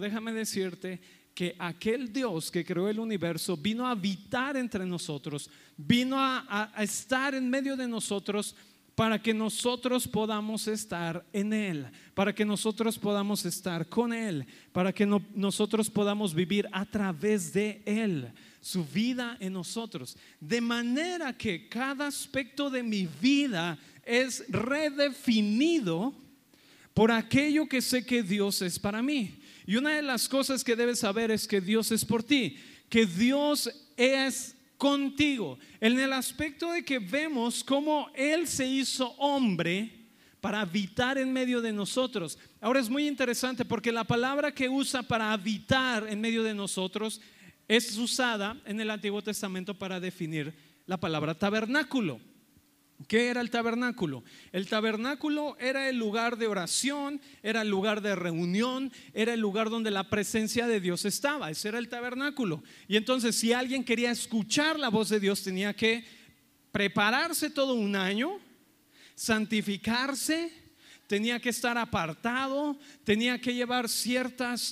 déjame decirte que aquel Dios que creó el universo vino a habitar entre nosotros, vino a estar en medio de nosotros para que nosotros podamos estar en Él, para que nosotros podamos estar con Él, para que nosotros podamos vivir a través de Él, su vida en nosotros. De manera que cada aspecto de mi vida es redefinido por aquello que sé que Dios es para mí. Y una de las cosas que debes saber es que Dios es por ti, que Dios es contigo, en el aspecto de que vemos cómo Él se hizo hombre para habitar en medio de nosotros. Ahora es muy interesante porque la palabra que usa para habitar en medio de nosotros es usada en el Antiguo Testamento para definir la palabra tabernáculo. ¿Qué era el tabernáculo? El tabernáculo era el lugar de oración, era el lugar de reunión, era el lugar donde la presencia de Dios estaba. Ese era el tabernáculo. Y entonces, si alguien quería escuchar la voz de Dios, tenía que prepararse todo un año, santificarse, tenía que estar apartado, tenía que llevar ciertas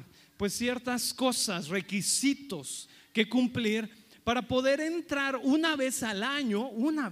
cosas, requisitos que cumplir para poder entrar una vez al año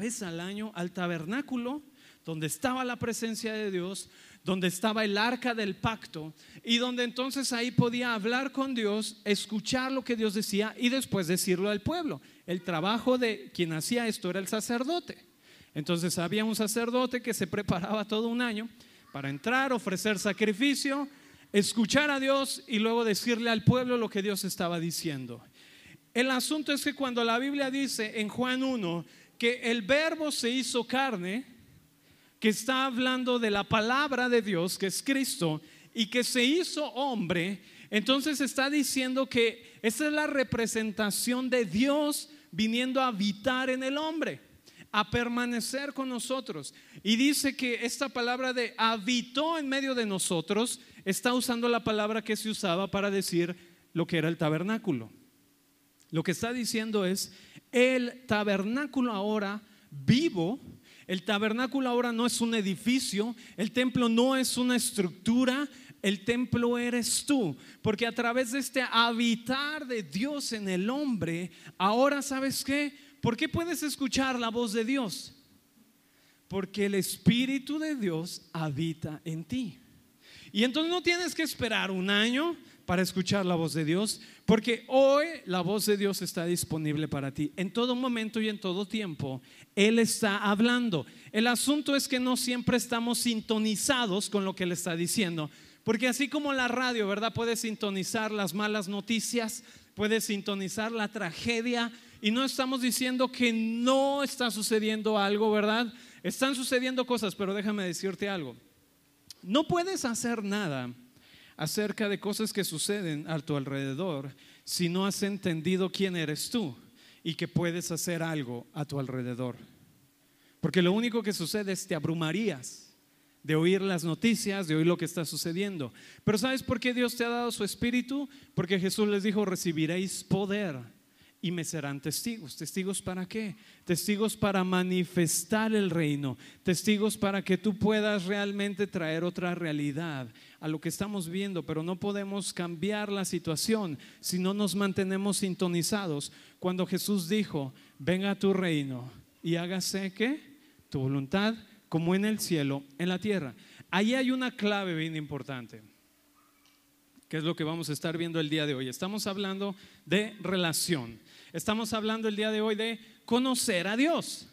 al tabernáculo, donde estaba la presencia de Dios, donde estaba el arca del pacto, y donde entonces ahí podía hablar con Dios, escuchar lo que Dios decía y después decirlo al pueblo. El trabajo de quien hacía esto era el sacerdote. Entonces había un sacerdote que se preparaba todo un año para entrar, ofrecer sacrificio, escuchar a Dios y luego decirle al pueblo lo que Dios estaba diciendo. El asunto es que cuando la Biblia dice en Juan 1 que el verbo se hizo carne, que está hablando de la palabra de Dios, que es Cristo, y que se hizo hombre, entonces está diciendo que esa es la representación de Dios viniendo a habitar en el hombre, a permanecer con nosotros. Y dice que esta palabra de habitó en medio de nosotros está usando la palabra que se usaba para decir lo que era el tabernáculo. Lo que está diciendo es el tabernáculo ahora vivo. El tabernáculo ahora no es un edificio, el templo no es una estructura, el templo eres tú, porque a través de este habitar de Dios en el hombre, ahora ¿sabes qué? ¿Por qué puedes escuchar la voz de Dios? Porque el Espíritu de Dios habita en ti. Y entonces no tienes que esperar un año para escuchar la voz de Dios, porque hoy la voz de Dios está disponible para ti. En todo momento y en todo tiempo Él está hablando. El asunto es que no siempre estamos sintonizados con lo que Él está diciendo, porque así como la radio, ¿verdad? Puede sintonizar las malas noticias, puede sintonizar la tragedia, y no estamos diciendo que no está sucediendo algo, ¿verdad? Están sucediendo cosas, pero déjame decirte algo. No puedes hacer nada acerca de cosas que suceden a tu alrededor si no has entendido quién eres tú y que puedes hacer algo a tu alrededor. Porque lo único que sucede es te abrumarías de oír las noticias, de oír lo que está sucediendo. Pero ¿sabes por qué Dios te ha dado su Espíritu? Porque Jesús les dijo: recibiréis poder y me serán testigos. ¿Testigos para qué? Testigos para manifestar el reino, testigos para que tú puedas realmente traer otra realidad a lo que estamos viendo. Pero no podemos cambiar la situación si no nos mantenemos sintonizados. Cuando Jesús dijo: venga a tu reino y hágase ¿qué? Tu voluntad, como en el cielo, en la tierra. Ahí hay una clave bien importante, que es lo que vamos a estar viendo el día de hoy. Estamos hablando de relación. Estamos hablando el día de hoy de conocer a Dios.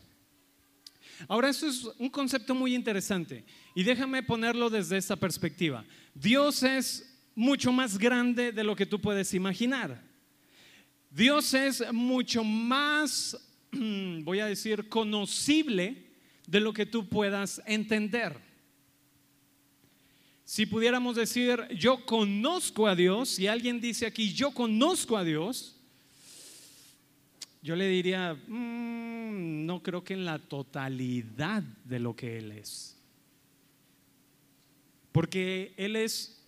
Ahora, esto es un concepto muy interesante y déjame ponerlo desde esta perspectiva. Dios es mucho más grande de lo que tú puedes imaginar. Dios es mucho más, voy a decir, conocible de lo que tú puedas entender. Si pudiéramos decir yo conozco a Dios, si alguien dice aquí yo conozco a Dios, yo le diría no creo que en la totalidad de lo que Él es, porque Él es,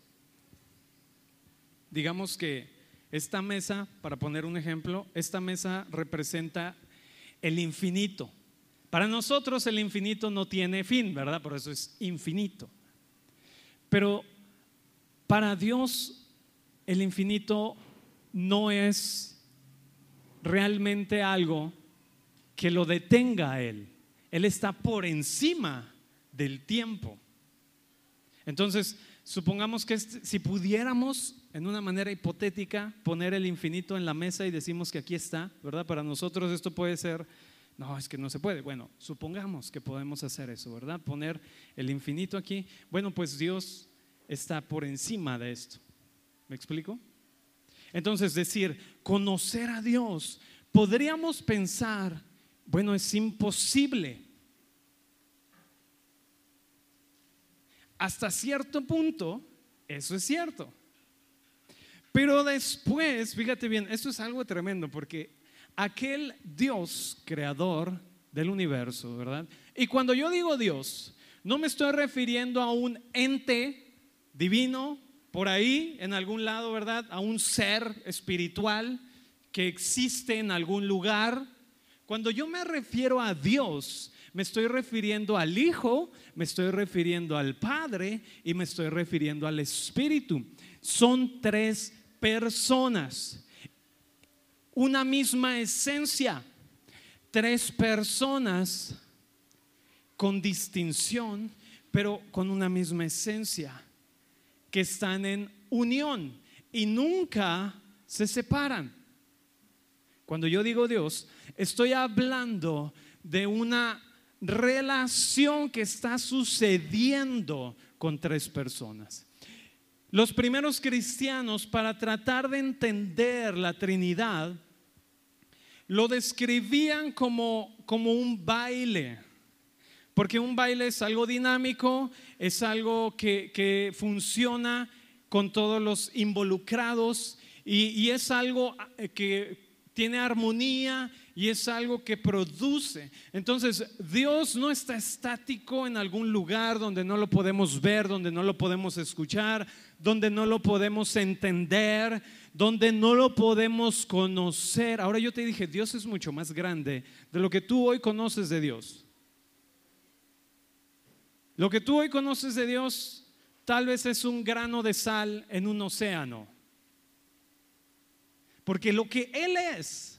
digamos que esta mesa, para poner un ejemplo, esta mesa representa el infinito. Para nosotros el infinito no tiene fin, ¿verdad? Por eso es infinito. Pero para Dios el infinito no es realmente algo que lo detenga a Él. Él está por encima del tiempo. Entonces, supongamos que si pudiéramos, en una manera hipotética, poner el infinito en la mesa y decimos que aquí está, ¿verdad? Para nosotros esto puede ser, no, es que no se puede. Bueno, supongamos que podemos hacer eso, ¿verdad? Poner el infinito aquí. Bueno, pues Dios está por encima de esto. ¿Me explico? Entonces, decir, conocer a Dios, podríamos pensar, bueno, es imposible. Hasta cierto punto, eso es cierto. Pero después, fíjate bien, esto es algo tremendo, porque aquel Dios creador del universo, ¿verdad? Y cuando yo digo Dios, no me estoy refiriendo a un ente divino por ahí en algún lado, ¿verdad? A un ser espiritual que existe en algún lugar. Cuando yo me refiero a Dios, me estoy refiriendo al Hijo, me estoy refiriendo al Padre y me estoy refiriendo al Espíritu. Son tres personas, una misma esencia, tres personas con distinción, pero con una misma esencia, que están en unión y nunca se separan. Cuando yo digo Dios, estoy hablando de una relación que está sucediendo con tres personas. Los primeros cristianos, para tratar de entender la Trinidad, lo describían como un baile, porque un baile es algo dinámico, es algo que funciona con todos los involucrados y es algo que tiene armonía y es algo que produce. Entonces, Dios no está estático en algún lugar donde no lo podemos ver, donde no lo podemos escuchar, donde no lo podemos entender, donde no lo podemos conocer. Ahora yo te dije, Dios es mucho más grande de lo que tú hoy conoces de Dios. Lo que tú hoy conoces de Dios tal vez es un grano de sal en un océano. Porque lo que Él es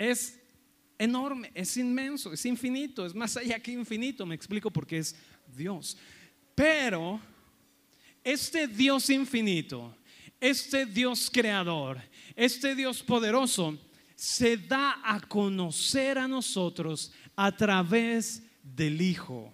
enorme, es inmenso, es infinito, es más allá que infinito. Me explico, porque es Dios. Pero este Dios infinito, este Dios creador, este Dios poderoso se da a conocer a nosotros a través del Hijo.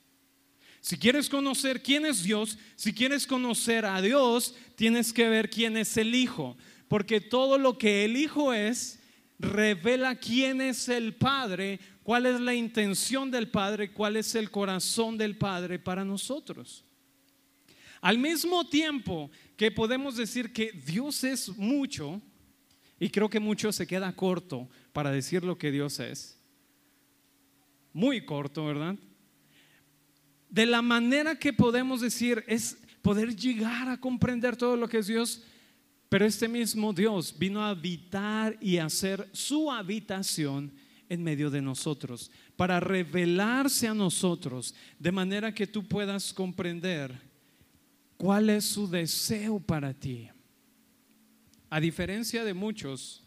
Si quieres conocer quién es Dios, si quieres conocer a Dios, tienes que ver quién es el Hijo, porque todo lo que el Hijo es revela quién es el Padre, cuál es la intención del Padre, cuál es el corazón del Padre para nosotros. Al mismo tiempo que podemos decir que Dios es mucho, y creo que mucho se queda corto para decir lo que Dios es, muy corto, ¿verdad? De la manera que podemos decir es poder llegar a comprender todo lo que es Dios. Pero este mismo Dios vino a habitar y a hacer su habitación en medio de nosotros, para revelarse a nosotros, de manera que tú puedas comprender cuál es su deseo para ti. A diferencia de muchos,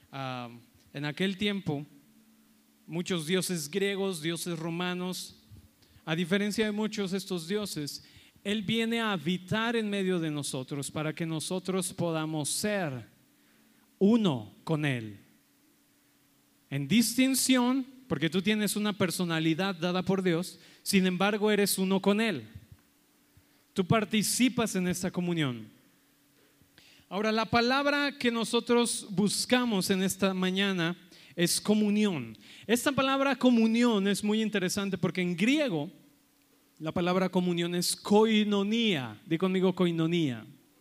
en aquel tiempo, muchos dioses griegos, dioses romanos, a diferencia de muchos de estos dioses, Él viene a habitar en medio de nosotros para que nosotros podamos ser uno con Él. En distinción, porque tú tienes una personalidad dada por Dios, sin embargo eres uno con Él. Tú participas en esta comunión. Ahora, la palabra que nosotros buscamos en esta mañana es comunión. Esta palabra comunión es muy interesante porque en griego la palabra comunión es koinonía. Di conmigo, koinonía.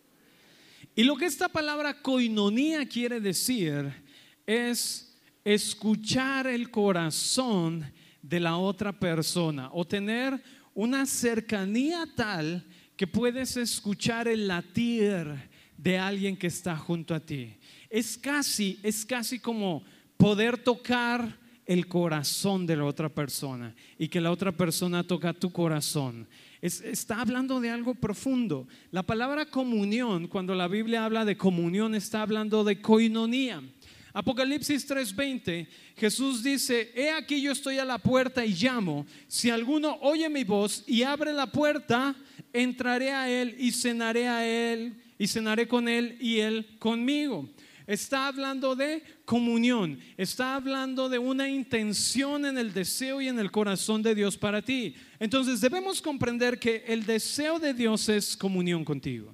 Y lo que esta palabra koinonía quiere decir es escuchar el corazón de la otra persona, o tener una cercanía tal que puedes escuchar el latir de alguien que está junto a ti. Es casi como poder tocar el corazón de la otra persona y que la otra persona toca tu corazón. Está hablando de algo profundo. La palabra comunión, cuando la Biblia habla de comunión, está hablando de koinonía. Apocalipsis 3:20, Jesús dice: he aquí yo estoy a la puerta y llamo. Si alguno oye mi voz y abre la puerta, entraré a él y cenaré con él y él conmigo. Está hablando de comunión, está hablando de una intención en el deseo y en el corazón de Dios para ti. Entonces debemos comprender que el deseo de Dios es comunión contigo.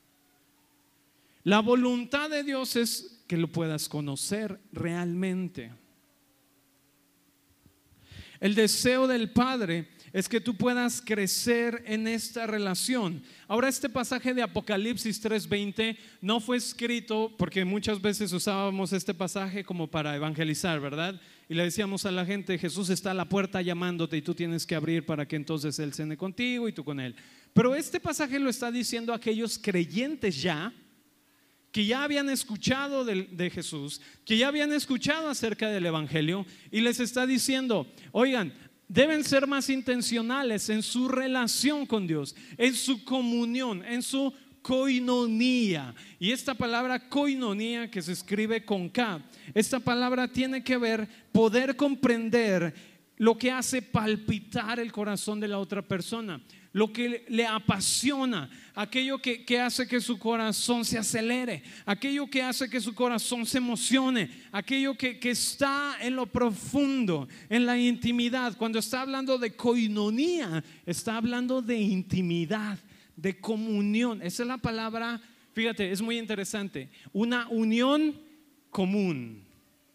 La voluntad de Dios es que lo puedas conocer realmente. El deseo del Padre es que tú puedas crecer en esta relación. Ahora, este pasaje de Apocalipsis 3:20 no fue escrito porque muchas veces usábamos este pasaje como para evangelizar, ¿verdad? Y le decíamos a la gente: Jesús está a la puerta llamándote y tú tienes que abrir para que entonces Él cene contigo y tú con Él. Pero este pasaje lo está diciendo a aquellos creyentes ya, que ya habían escuchado de Jesús, que ya habían escuchado acerca del Evangelio, y les está diciendo: oigan, deben ser más intencionales en su relación con Dios, en su comunión, en su koinonía. Y esta palabra koinonía, que se escribe con K, esta palabra tiene que ver poder comprender lo que hace palpitar el corazón de la otra persona, lo que le apasiona, aquello que hace que su corazón se acelere, aquello que hace que su corazón se emocione, aquello que está en lo profundo, en la intimidad. Cuando está hablando de koinonía, está hablando de intimidad, de comunión. Esa es la palabra, fíjate, es muy interesante. Una unión común,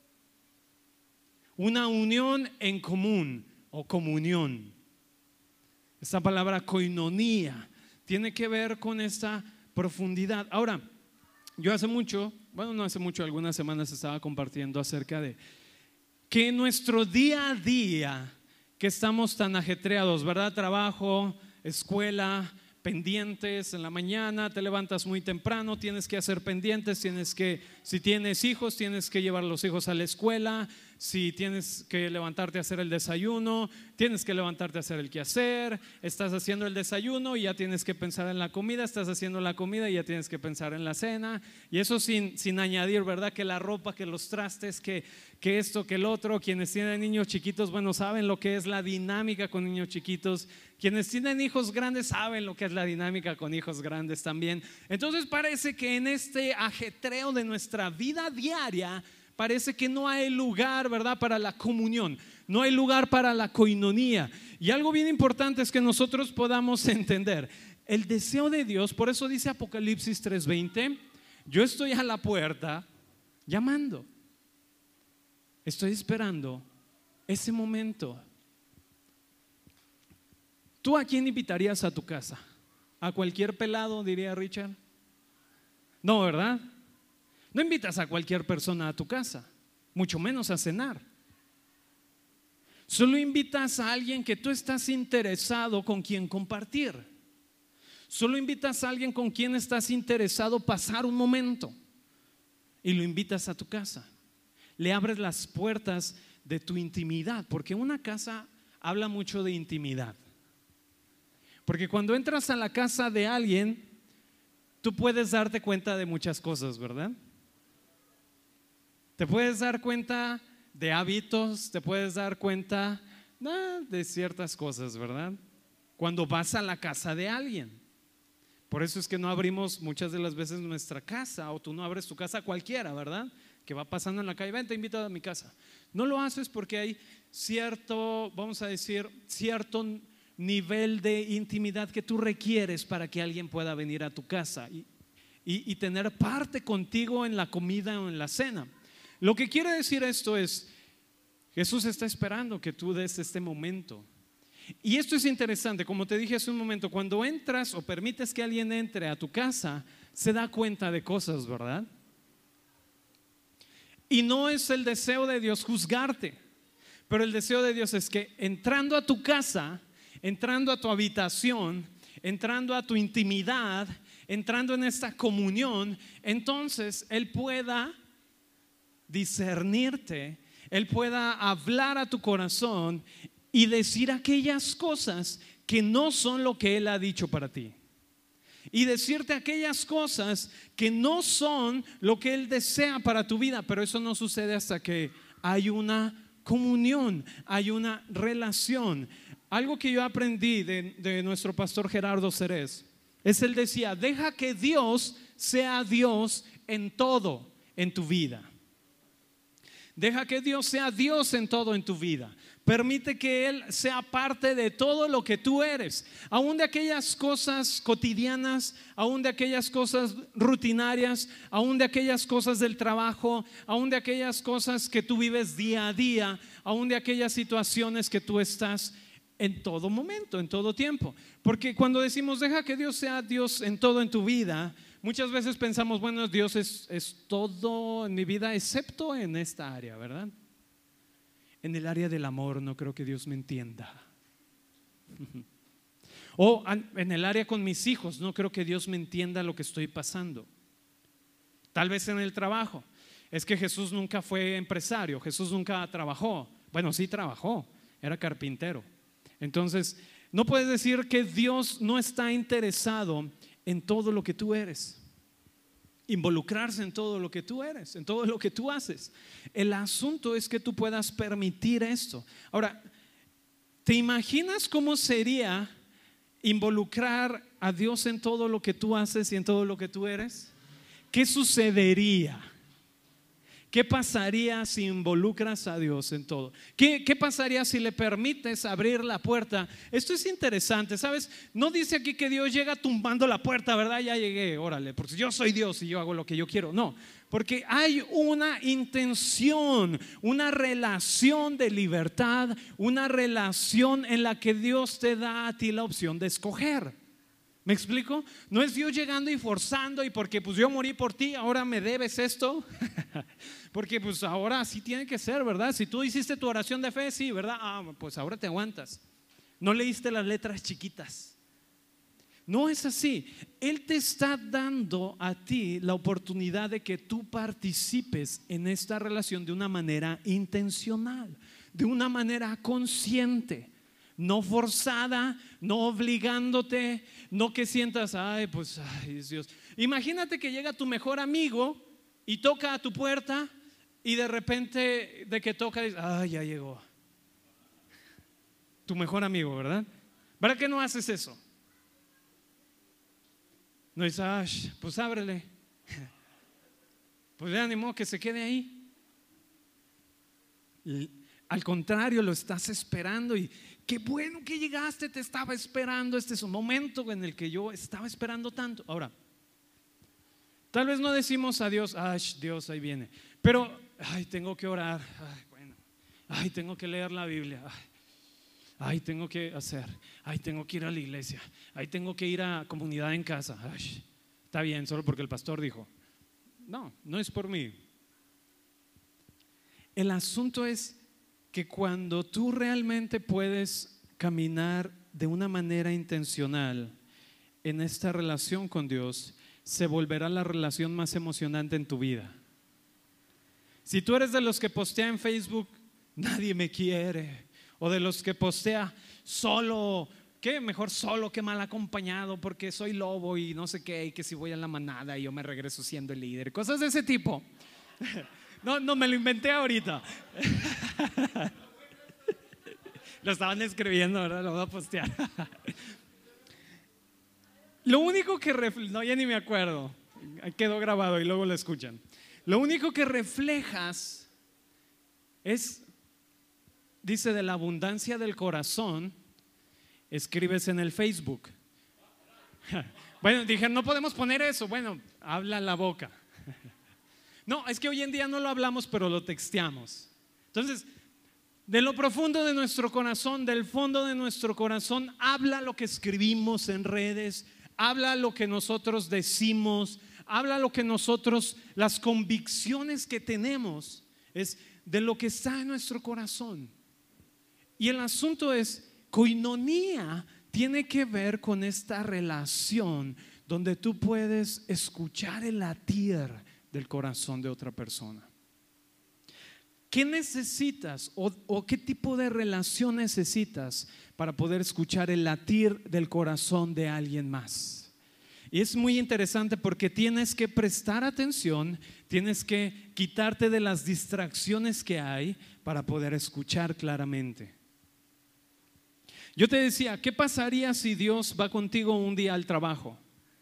una unión en común o comunión. Esta palabra koinonía tiene que ver con esta profundidad. Ahora, yo hace mucho, no hace mucho, algunas semanas estaba compartiendo acerca de que en nuestro día a día, que estamos tan ajetreados, ¿verdad? Trabajo, escuela, pendientes. En la mañana te levantas muy temprano, tienes que hacer pendientes, si tienes hijos, tienes que llevar a los hijos a la escuela. Si tienes que levantarte a hacer el desayuno, tienes que levantarte a hacer el quehacer. Estás haciendo el desayuno y ya tienes que pensar en la comida. Estás haciendo la comida y ya tienes que pensar en la cena. Y eso sin añadir, ¿verdad? Que la ropa, que los trastes, que esto, que el otro. Quienes tienen niños chiquitos, saben lo que es la dinámica con niños chiquitos. Quienes tienen hijos grandes saben lo que es la dinámica con hijos grandes también. Entonces parece que en este ajetreo de nuestra vida diaria, parece que no hay lugar, ¿verdad?, para la comunión, no hay lugar para la koinonía. Y algo bien importante es que nosotros podamos entender el deseo de Dios. Por eso dice Apocalipsis 3:20: yo estoy a la puerta llamando. Estoy esperando ese momento. ¿Tú a quién invitarías a tu casa? ¿A cualquier pelado, diría Richard? No, ¿verdad? No invitas a cualquier persona a tu casa, mucho menos a cenar. Solo invitas a alguien que tú estás interesado con quien compartir. Solo invitas a alguien con quien estás interesado pasar un momento, y lo invitas a tu casa. Le abres las puertas de tu intimidad, porque una casa habla mucho de intimidad. Porque cuando entras a la casa de alguien, tú puedes darte cuenta de muchas cosas, ¿verdad? Te puedes dar cuenta de hábitos, te puedes dar cuenta de ciertas cosas, ¿verdad? Cuando vas a la casa de alguien. Por eso es que no abrimos muchas de las veces nuestra casa, o tú no abres tu casa a cualquiera, ¿verdad? Que va pasando en la calle: ven, te invito a mi casa. No lo haces porque hay cierto, vamos a decir, cierto nivel de intimidad que tú requieres para que alguien pueda venir a tu casa y tener parte contigo en la comida o en la cena. Lo que quiere decir esto es: Jesús está esperando que tú des este momento. Y esto es interesante, como te dije hace un momento, cuando entras o permites que alguien entre a tu casa, se da cuenta de cosas, ¿verdad? Y no es el deseo de Dios juzgarte, pero el deseo de Dios es que entrando a tu casa, entrando a tu habitación, entrando a tu intimidad, entrando en esta comunión, entonces Él pueda discernirte, Él pueda hablar a tu corazón y decir aquellas cosas que no son lo que Él ha dicho para ti. Y decirte aquellas cosas que no son lo que Él desea para tu vida. Pero eso no sucede hasta que hay una comunión, hay una relación. Algo que yo aprendí de nuestro pastor Gerardo Cerez es, él decía: deja que Dios sea Dios en todo en tu vida. Deja que Dios sea Dios en todo en tu vida. Permite que Él sea parte de todo lo que tú eres, aún de aquellas cosas cotidianas, aún de aquellas cosas rutinarias, aún de aquellas cosas del trabajo, aún de aquellas cosas que tú vives día a día, aún de aquellas situaciones que tú estás en todo momento, en todo tiempo. Porque cuando decimos deja que Dios sea Dios en todo en tu vida, muchas veces pensamos, bueno, Dios es todo en mi vida excepto en esta área, ¿verdad? En el área del amor no creo que Dios me entienda. O en el área con mis hijos no creo que Dios me entienda lo que estoy pasando. Tal vez en el trabajo. Es que Jesús nunca fue empresario, Jesús nunca trabajó. Bueno, sí trabajó, era carpintero. Entonces, no puedes decir que Dios no está interesado en todo lo que tú eres, involucrarse en todo lo que tú eres, en todo lo que tú haces. El asunto es que tú puedas permitir esto. Ahora, ¿te imaginas cómo sería involucrar a Dios en todo lo que tú haces y en todo lo que tú eres? ¿Qué sucedería? ¿Qué pasaría si involucras a Dios en todo? ¿Qué pasaría si le permites abrir la puerta? Esto es interesante, ¿sabes? No dice aquí que Dios llega tumbando la puerta, ¿verdad? Ya llegué, órale, porque yo soy Dios y yo hago lo que yo quiero. No, porque hay una intención, una relación de libertad, una relación en la que Dios te da a ti la opción de escoger. ¿Me explico? No es Dios llegando y forzando y porque pues yo morí por ti, ahora me debes esto. Porque pues ahora así tiene que ser, ¿verdad? Si tú hiciste tu oración de fe, sí, ¿verdad? Pues ahora te aguantas. No leíste las letras chiquitas. No es así. Él te está dando a ti la oportunidad de que tú participes en esta relación de una manera intencional, de una manera consciente. No forzada, no obligándote, no que sientas, ay, pues, ay, Dios. Imagínate que llega tu mejor amigo y toca a tu puerta y de repente de que toca, dices, ay, ya llegó. Tu mejor amigo, ¿verdad? ¿Verdad que no haces eso? No dices, ay, pues ábrele. Pues le animó que se quede ahí. Al contrario, lo estás esperando y qué bueno que llegaste, te estaba esperando. Este es un momento en el que yo estaba esperando tanto. Ahora, tal vez no decimos a Dios, ay, Dios, ahí viene. Pero, ay, tengo que orar. Ay, bueno, ay, tengo que leer la Biblia. Ay, tengo que hacer. Ay, tengo que ir a la iglesia. Ay, tengo que ir a comunidad en casa. Ay, está bien, solo porque el pastor dijo. No, no es por mí. El asunto es que cuando tú realmente puedes caminar de una manera intencional en esta relación con Dios, se volverá la relación más emocionante en tu vida. Si tú eres de los que postea en Facebook, nadie me quiere, o de los que postea solo, ¿qué? Mejor solo que mal acompañado porque soy lobo y no sé qué, y que si voy a la manada y yo me regreso siendo el líder, cosas de ese tipo. No, me lo inventé ahorita. Lo estaban escribiendo, ¿verdad? Lo voy a postear. Lo único que no, ya ni me acuerdo. Quedó grabado y luego lo escuchan. Lo único que reflejas es, dice, de la abundancia del corazón, escribes en el Facebook. Bueno, dije, no podemos poner eso. Bueno, habla la boca. No, es que hoy en día no lo hablamos, pero lo texteamos. Entonces, de lo profundo de nuestro corazón, del fondo de nuestro corazón, habla lo que escribimos en redes, habla lo que nosotros decimos, habla lo que nosotros, las convicciones que tenemos, es de lo que está en nuestro corazón. Y el asunto es, koinonía tiene que ver con esta relación donde tú puedes escuchar el latir del corazón de otra persona. ¿qué necesitas o qué tipo de relación necesitas para poder escuchar el latir del corazón de alguien más? Y es muy interesante porque tienes que prestar atención, tienes que quitarte de las distracciones que hay para poder escuchar claramente. Yo te decía, ¿qué pasaría si Dios va contigo un día al trabajo?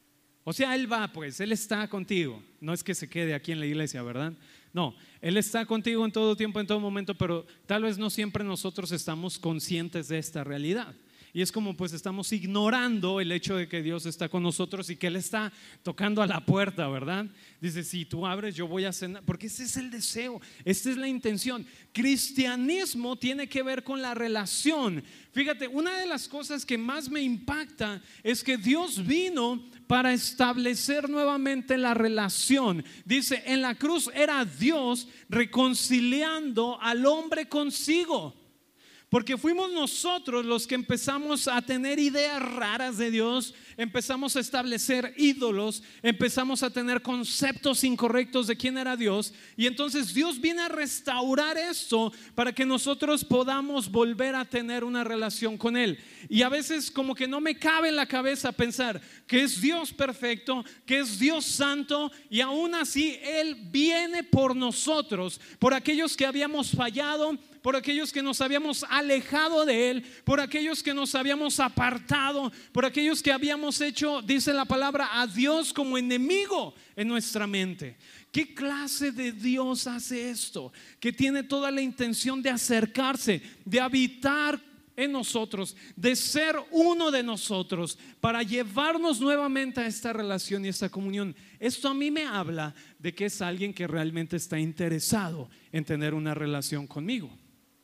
O sea, Él va, pues, Él está contigo. No es que se quede aquí en la iglesia, ¿verdad? No, Él está contigo en todo tiempo, en todo momento, pero tal vez no siempre nosotros estamos conscientes de esta realidad. Y es como pues estamos ignorando el hecho de que Dios está con nosotros y que Él está tocando a la puerta, ¿verdad? Dice, si tú abres, yo voy a cenar, porque ese es el deseo, esta es la intención. Cristianismo tiene que ver con la relación. Fíjate, una de las cosas que más me impacta es que Dios vino para establecer nuevamente la relación. Dice, en la cruz era Dios reconciliando al hombre consigo. Porque fuimos nosotros los que empezamos a tener ideas raras de Dios, empezamos a establecer ídolos, empezamos a tener conceptos incorrectos de quién era Dios. Y entonces Dios viene a restaurar esto para que nosotros podamos volver a tener una relación con Él. Y a veces como que no me cabe en la cabeza pensar que es Dios perfecto, que es Dios santo, y aún así Él viene por nosotros, por aquellos que habíamos fallado, por aquellos que nos habíamos alejado de Él, por aquellos que nos habíamos apartado, por aquellos que habíamos hecho, dice la palabra, a Dios como enemigo en nuestra mente. ¿Qué clase de Dios hace esto? Que tiene toda la intención de acercarse, de habitar en nosotros, de ser uno de nosotros, para llevarnos nuevamente a esta relación y esta comunión. Esto a mí me habla de que es alguien que realmente está interesado en tener una relación conmigo.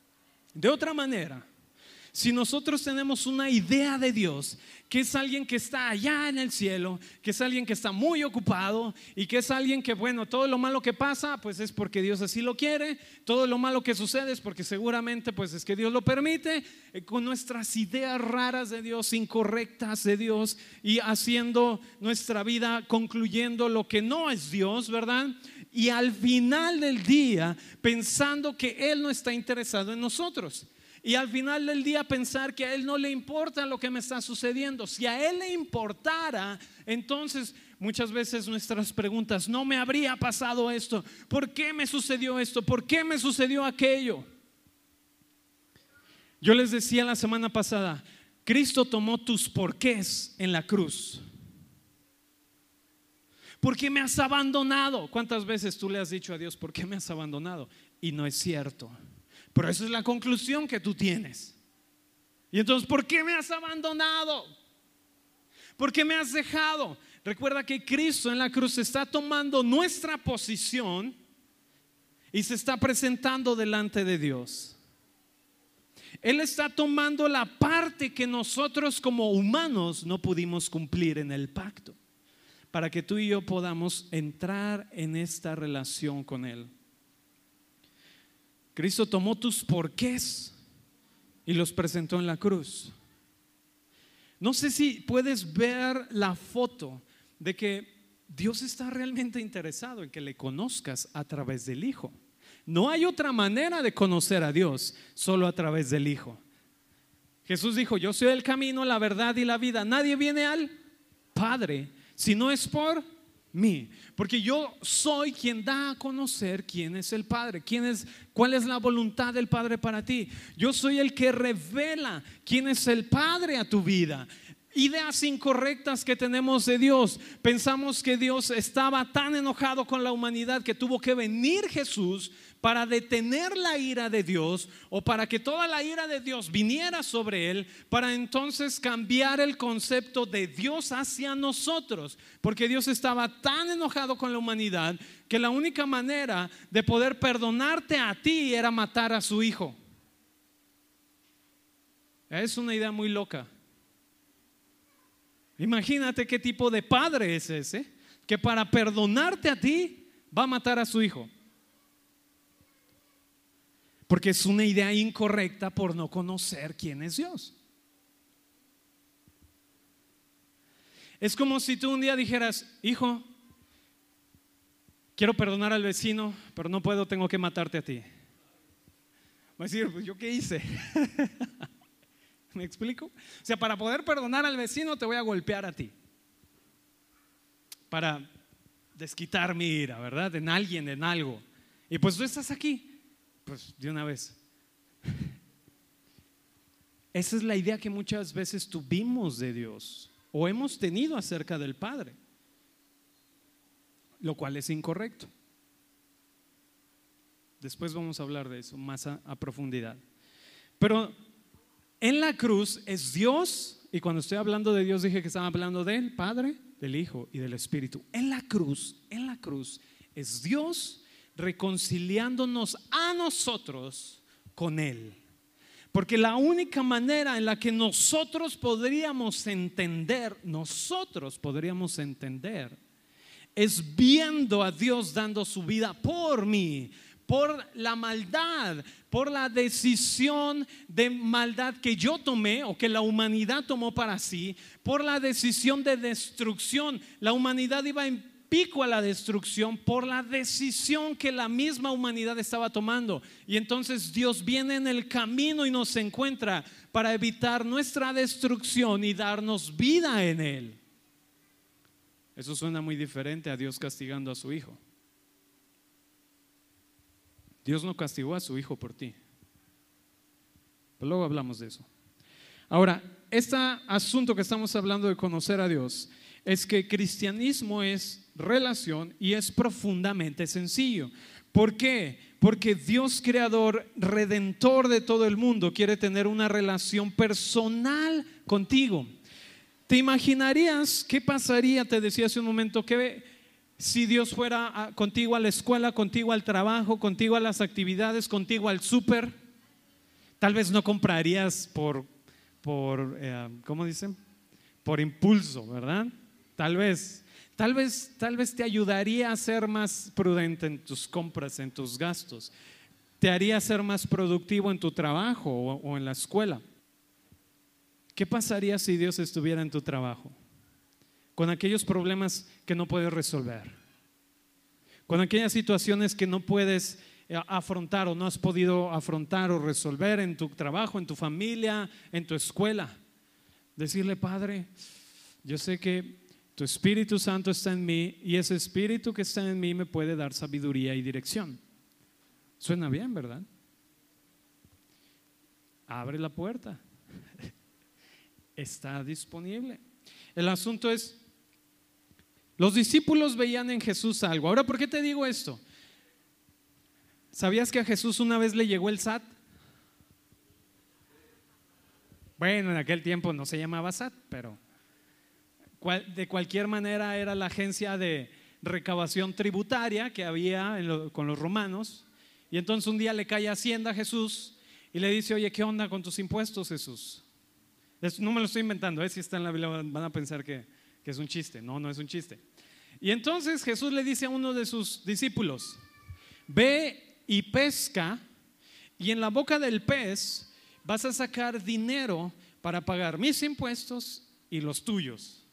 De otra manera, si nosotros tenemos una idea de Dios, que es alguien que está allá en el cielo, que es alguien que está muy ocupado y que es alguien que, bueno, todo lo malo que pasa pues es porque Dios así lo quiere, todo lo malo que sucede es porque seguramente pues es que Dios lo permite, con nuestras ideas raras de Dios, incorrectas de Dios, y haciendo nuestra vida concluyendo lo que no es Dios, ¿verdad? Y al final del día pensando que Él no está interesado en nosotros. Y al final del día pensar que a Él no le importa lo que me está sucediendo. Si a Él le importara, entonces muchas veces nuestras preguntas, no me habría pasado esto, ¿por qué me sucedió esto? ¿Por qué me sucedió aquello? Yo les decía la semana pasada, Cristo tomó tus porqués en la cruz. ¿Por qué me has abandonado? ¿Cuántas veces tú le has dicho a Dios, ¿por qué me has abandonado? Y no es cierto. Pero esa es la conclusión que tú tienes. Y entonces, ¿por qué me has abandonado? ¿Por qué me has dejado? Recuerda que Cristo en la cruz está tomando nuestra posición y se está presentando delante de Dios. Él está tomando la parte que nosotros como humanos no pudimos cumplir en el pacto, para que tú y yo podamos entrar en esta relación con Él. Cristo tomó tus porqués y los presentó en la cruz. No sé si puedes ver la foto de que Dios está realmente interesado en que le conozcas a través del Hijo. No hay otra manera de conocer a Dios, solo a través del Hijo. Jesús dijo, yo soy el camino, la verdad y la vida. Nadie viene al Padre si no es por mí, porque yo soy quien da a conocer quién es el Padre, cuál es la voluntad del Padre para ti. Yo soy el que revela quién es el Padre a tu vida. Ideas incorrectas que tenemos de Dios. Pensamos que Dios estaba tan enojado con la humanidad que tuvo que venir Jesús para detener la ira de Dios, o para que toda la ira de Dios viniera sobre Él, para entonces cambiar el concepto de Dios hacia nosotros. Porque Dios estaba tan enojado con la humanidad que la única manera de poder perdonarte a ti era matar a su Hijo. Es una idea muy loca. Imagínate qué tipo de padre es ese, que para perdonarte a ti va a matar a su hijo. Porque es una idea incorrecta por no conocer quién es Dios. Es como si tú un día dijeras, hijo, quiero perdonar al vecino, pero no puedo, tengo que matarte a ti. Va a decir, pues ¿yo qué hice? ¿Me explico? O sea, para poder perdonar al vecino te voy a golpear a ti, para desquitar mi ira, ¿verdad? En alguien, en algo. Y pues tú estás aquí, pues de una vez. Esa es la idea que muchas veces tuvimos de Dios o hemos tenido acerca del Padre, lo cual es incorrecto. Después vamos a hablar de eso más a profundidad. Pero en la cruz es Dios, y cuando estoy hablando de Dios dije que estaba hablando del Padre, del Hijo y del Espíritu. En la cruz es Dios reconciliándonos a nosotros con Él. Porque la única manera en la que nosotros podríamos entender es viendo a Dios dando su vida por mí, por la maldad, por la decisión de maldad que yo tomé o que la humanidad tomó para sí, por la decisión de destrucción. La humanidad iba en pico a la destrucción por la decisión que la misma humanidad estaba tomando. Y entonces Dios viene en el camino y nos encuentra para evitar nuestra destrucción y darnos vida en Él. Eso suena muy diferente a Dios castigando a su hijo. Dios no castigó a su hijo por ti. Pero luego hablamos de eso. Ahora, este asunto que estamos hablando de conocer a Dios es que cristianismo es relación y es profundamente sencillo. ¿Por qué? Porque Dios creador, redentor de todo el mundo, quiere tener una relación personal contigo. ¿Te imaginarías qué pasaría? Te decía hace un momento que si Dios fuera contigo a la escuela, contigo al trabajo, contigo a las actividades, contigo al súper. Tal vez no comprarías por ¿cómo dicen? Por impulso, ¿verdad? Tal vez te ayudaría a ser más prudente en tus compras, en tus gastos. Te haría ser más productivo en tu trabajo o en la escuela. ¿Qué pasaría si Dios estuviera en tu trabajo? Con aquellos problemas que no puedes resolver, con aquellas situaciones que no puedes afrontar o no has podido afrontar o resolver en tu trabajo, en tu familia, en tu escuela. Decirle: Padre, yo sé que tu Espíritu Santo está en mí y ese Espíritu que está en mí me puede dar sabiduría y dirección. Suena bien, ¿verdad? Abre la puerta. Está disponible. El asunto es, los discípulos veían en Jesús algo. Ahora, ¿por qué te digo esto? ¿Sabías que a Jesús una vez le llegó el SAT? Bueno, en aquel tiempo no se llamaba SAT, pero de cualquier manera era la agencia de recabación tributaria que había con los romanos. Y entonces un día le cae a Hacienda a Jesús y le dice: oye, ¿qué onda con tus impuestos, Jesús? No me lo estoy inventando, si está en la Biblia van a pensar que es un chiste. No, no es un chiste. Y entonces Jesús le dice a uno de sus discípulos: ve y pesca, y en la boca del pez vas a sacar dinero para pagar mis impuestos y los tuyos.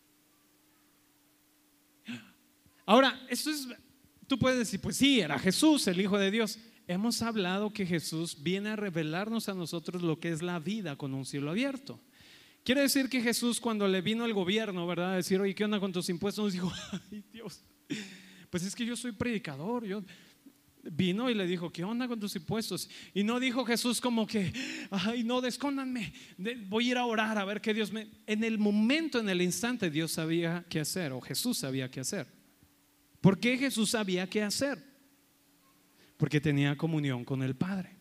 Ahora, tú puedes decir: pues sí, era Jesús, el Hijo de Dios. Hemos hablado que Jesús viene a revelarnos a nosotros lo que es la vida con un cielo abierto. Quiere decir que Jesús, cuando le vino el gobierno, ¿verdad?, a decir: oye, ¿qué onda con tus impuestos?, nos dijo: ay, Dios, pues es que yo soy predicador. Vino y le dijo: ¿qué onda con tus impuestos? Y no dijo Jesús como que: ay, no, escóndanme, voy a ir a orar a ver qué Dios me... En el momento, en el instante, Dios sabía qué hacer, o Jesús sabía qué hacer. ¿Por qué Jesús sabía qué hacer? Porque tenía comunión con el Padre.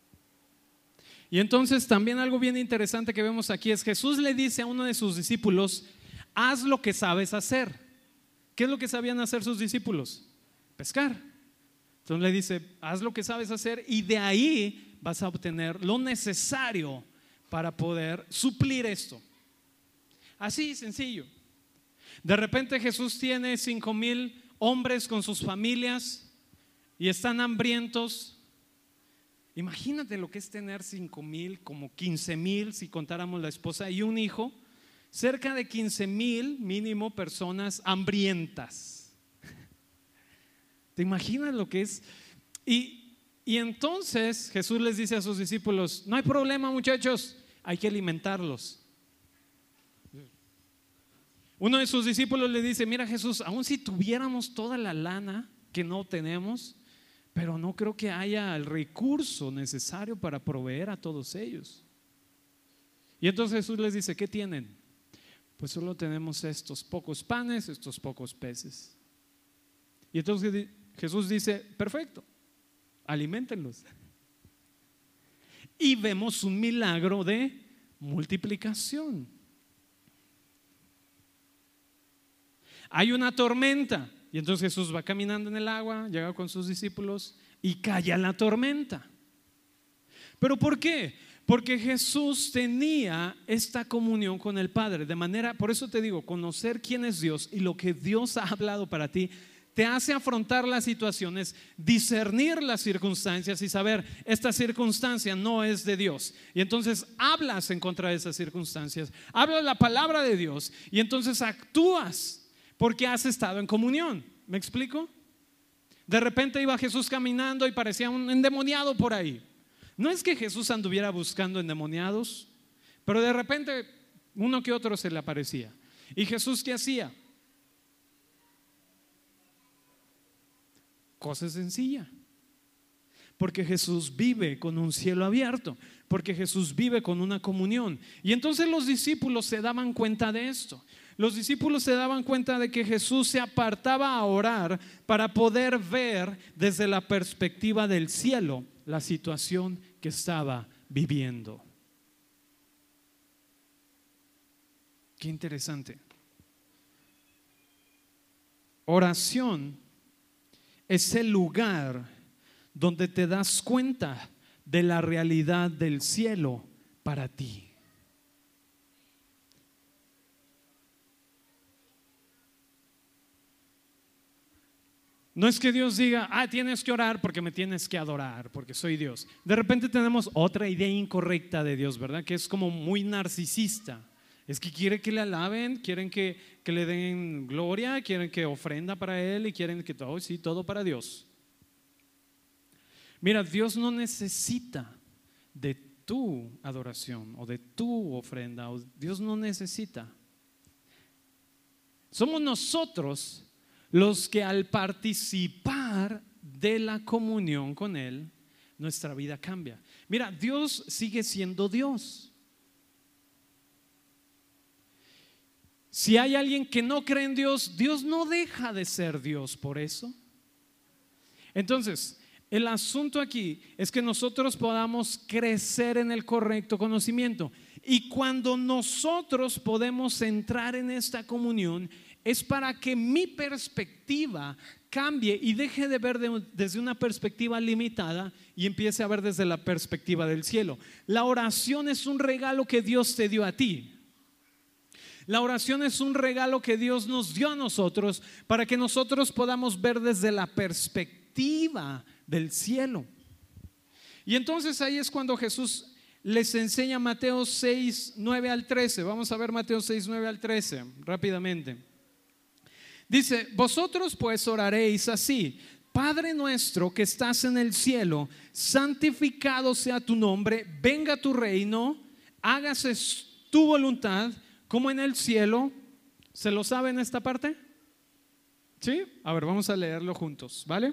Y entonces también algo bien interesante que vemos aquí es: Jesús le dice a uno de sus discípulos: haz lo que sabes hacer. ¿Qué es lo que sabían hacer sus discípulos? Pescar. Entonces le dice: haz lo que sabes hacer y de ahí vas a obtener lo necesario para poder suplir esto. Así sencillo. De repente Jesús tiene 5,000 hombres con sus familias y están hambrientos. Imagínate lo que es tener 5,000, como 15,000 si contáramos la esposa y un hijo. Cerca de 15,000 mínimo personas hambrientas. ¿Te imaginas lo que es? Y Y entonces Jesús les dice a sus discípulos: no hay problema, muchachos, hay que alimentarlos. Uno de sus discípulos le dice: mira, Jesús, aun si tuviéramos toda la lana que no tenemos, pero no creo que haya el recurso necesario para proveer a todos ellos. Y entonces Jesús les dice: ¿qué tienen? Pues solo tenemos estos pocos panes, estos pocos peces. Y entonces Jesús dice: perfecto, aliméntenlos. Y vemos un milagro de multiplicación. Hay una tormenta y entonces Jesús va caminando en el agua, llega con sus discípulos y calla la tormenta. ¿Pero por qué? Porque Jesús tenía esta comunión con el Padre. De manera, por eso te digo, conocer quién es Dios y lo que Dios ha hablado para ti te hace afrontar las situaciones, discernir las circunstancias y saber: esta circunstancia no es de Dios. Y entonces hablas en contra de esas circunstancias, hablas la palabra de Dios y entonces actúas porque has estado en comunión. ¿Me explico? De repente iba Jesús caminando y parecía un endemoniado por ahí. No es que Jesús anduviera buscando endemoniados, pero de repente uno que otro se le aparecía. ¿Y Jesús qué hacía? Cosa sencilla. Porque Jesús vive con un cielo abierto, porque Jesús vive con una comunión. Y entonces los discípulos se daban cuenta de esto. Los discípulos se daban cuenta de que Jesús se apartaba a orar para poder ver desde la perspectiva del cielo la situación que estaba viviendo. Qué interesante. Oración es el lugar donde te das cuenta de la realidad del cielo para ti. No es que Dios diga: tienes que orar porque me tienes que adorar, porque soy Dios. De repente tenemos otra idea incorrecta de Dios, ¿verdad? Que es como muy narcisista. Es que quiere que le alaben, quieren que le den gloria, quieren que ofrenda para Él y quieren que todo, sí, todo para Dios. Mira, Dios no necesita de tu adoración o de tu ofrenda. Dios no necesita. Somos nosotros los que, al participar de la comunión con Él, nuestra vida cambia. Mira, Dios sigue siendo Dios. Si hay alguien que no cree en Dios, Dios no deja de ser Dios por eso. Entonces, el asunto aquí es que nosotros podamos crecer en el correcto conocimiento. Y cuando nosotros podemos entrar en esta comunión, es para que mi perspectiva cambie y deje de ver desde una perspectiva limitada y empiece a ver desde la perspectiva del cielo. La oración es un regalo que Dios te dio a ti. La oración es un regalo que Dios nos dio a nosotros para que nosotros podamos ver desde la perspectiva del cielo. Y entonces ahí es cuando Jesús les enseña Mateo 6, 9 al 13. Vamos a ver Mateo 6, 9 al 13 rápidamente. Dice: vosotros pues oraréis así: Padre nuestro que estás en el cielo, santificado sea tu nombre, venga tu reino, hágase tu voluntad como en el cielo. ¿Se lo saben esta parte? ¿Sí? A ver, vamos a leerlo juntos, ¿vale?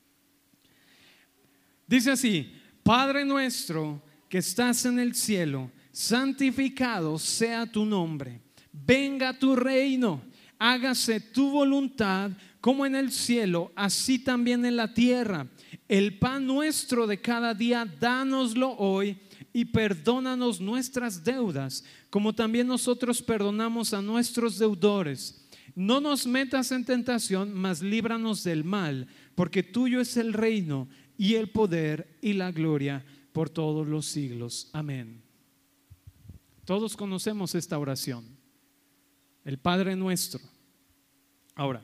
Dice así: Padre nuestro que estás en el cielo, santificado sea tu nombre, venga tu reino, hágase tu voluntad como en el cielo, así también en la tierra. El pan nuestro de cada día, dánoslo hoy, y perdónanos nuestras deudas, como también nosotros perdonamos a nuestros deudores. No nos metas en tentación, mas líbranos del mal, porque tuyo es el reino y el poder y la gloria por todos los siglos. Amén. Todos conocemos esta oración, el Padre nuestro. Ahora,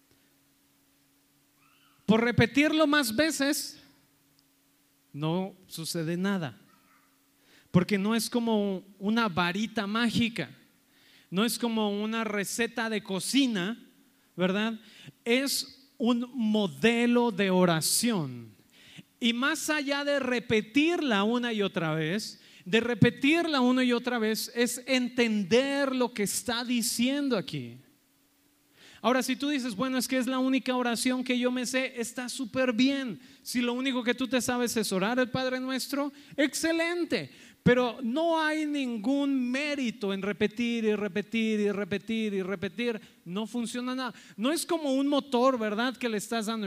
por repetirlo más veces, no sucede nada. Porque no es como una varita mágica, no es como una receta de cocina, ¿verdad? Es un modelo de oración. Y más allá de repetirla una y otra vez, de repetirla una y otra vez, es entender lo que está diciendo aquí. Ahora, si tú dices, bueno, es que es la única oración que yo me sé, está súper bien. Si lo único que tú te sabes es orar el Padre Nuestro, excelente. Pero no hay ningún mérito en repetir y repetir y repetir y repetir. No funciona nada. No es como un motor, ¿verdad? Que le estás dando.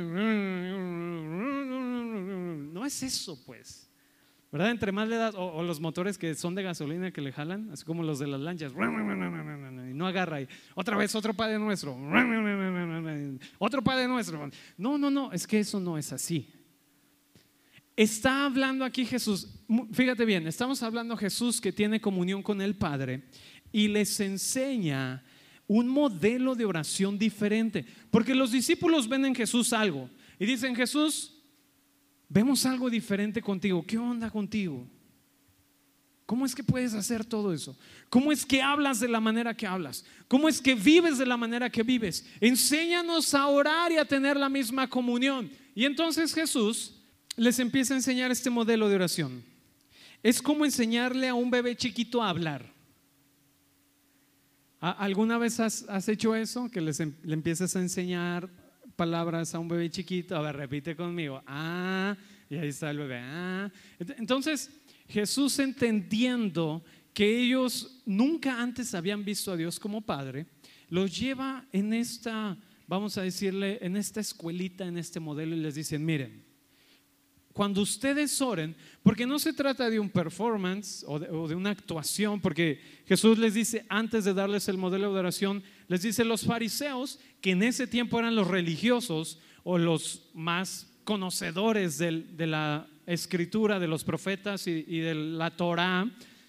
No es eso, pues. ¿Verdad? Entre más le das, o los motores que son de gasolina que le jalan, así como los de las lanchas, y no agarra ahí. Otra vez, otro Padre Nuestro, otro Padre Nuestro. No, es que eso no es así. Está hablando aquí Jesús, fíjate bien, estamos hablando Jesús que tiene comunión con el Padre y les enseña un modelo de oración diferente, porque los discípulos ven en Jesús algo y dicen, Jesús, vemos algo diferente contigo. ¿Qué onda contigo? ¿Cómo es que puedes hacer todo eso? ¿Cómo es que hablas de la manera que hablas? ¿Cómo es que vives de la manera que vives? Enséñanos a orar y a tener la misma comunión. Y entonces Jesús les empieza a enseñar este modelo de oración. Es como enseñarle a un bebé chiquito a hablar. ¿Alguna vez has hecho eso? Que le empiezas a enseñar palabras a un bebé chiquito. A ver, repite conmigo. Y ahí está el bebé. Entonces Jesús, entendiendo que ellos nunca antes habían visto a Dios como Padre, los lleva en esta, vamos a decirle, en esta escuelita, en este modelo, y les dicen, miren, cuando ustedes oren, porque no se trata de un performance o de una actuación, porque Jesús les dice, antes de darles el modelo de oración, les dice, los fariseos, que en ese tiempo eran los religiosos o los más conocedores de la escritura, de los profetas y de la Torá,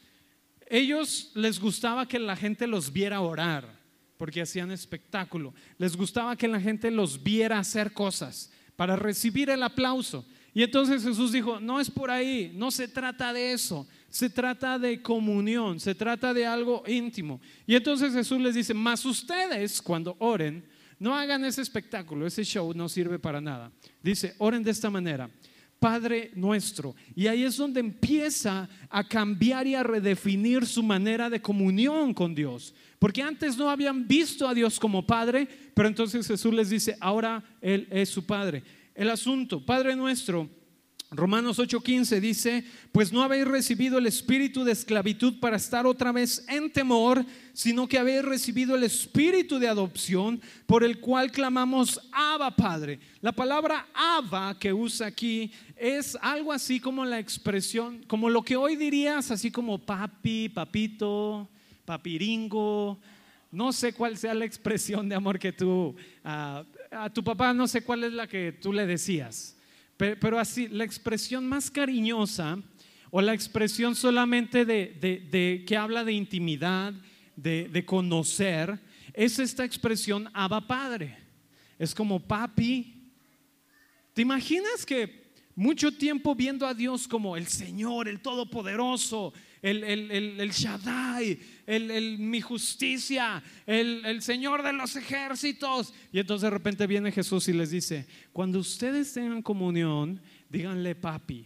ellos les gustaba que la gente los viera orar, porque hacían espectáculo. Les gustaba que la gente los viera hacer cosas para recibir el aplauso. Y entonces Jesús dijo, no es por ahí, no se trata de eso, se trata de comunión, se trata de algo íntimo. Y entonces Jesús les dice, mas ustedes cuando oren, no hagan ese espectáculo, ese show no sirve para nada. Dice, oren de esta manera, Padre nuestro. Y ahí es donde empieza a cambiar y a redefinir su manera de comunión con Dios. Porque antes no habían visto a Dios como Padre, pero entonces Jesús les dice, ahora Él es su Padre. El asunto, Padre nuestro, Romanos 8:15 dice, pues no habéis recibido el espíritu de esclavitud para estar otra vez en temor, sino que habéis recibido el espíritu de adopción por el cual clamamos Abba Padre. La palabra Abba que usa aquí es algo así como la expresión, como lo que hoy dirías así como papi, papito, papiringo. No sé cuál sea la expresión de amor que tú a tu papá, no sé cuál es la que tú le decías, pero así la expresión más cariñosa o la expresión solamente de que habla de intimidad, de conocer, es esta expresión Abba Padre. Es como papi. ¿Te imaginas que mucho tiempo viendo a Dios como el Señor, el Todopoderoso, el Shaddai, mi justicia, el Señor de los ejércitos? Y entonces de repente viene Jesús y les dice, cuando ustedes tengan comunión, díganle papi,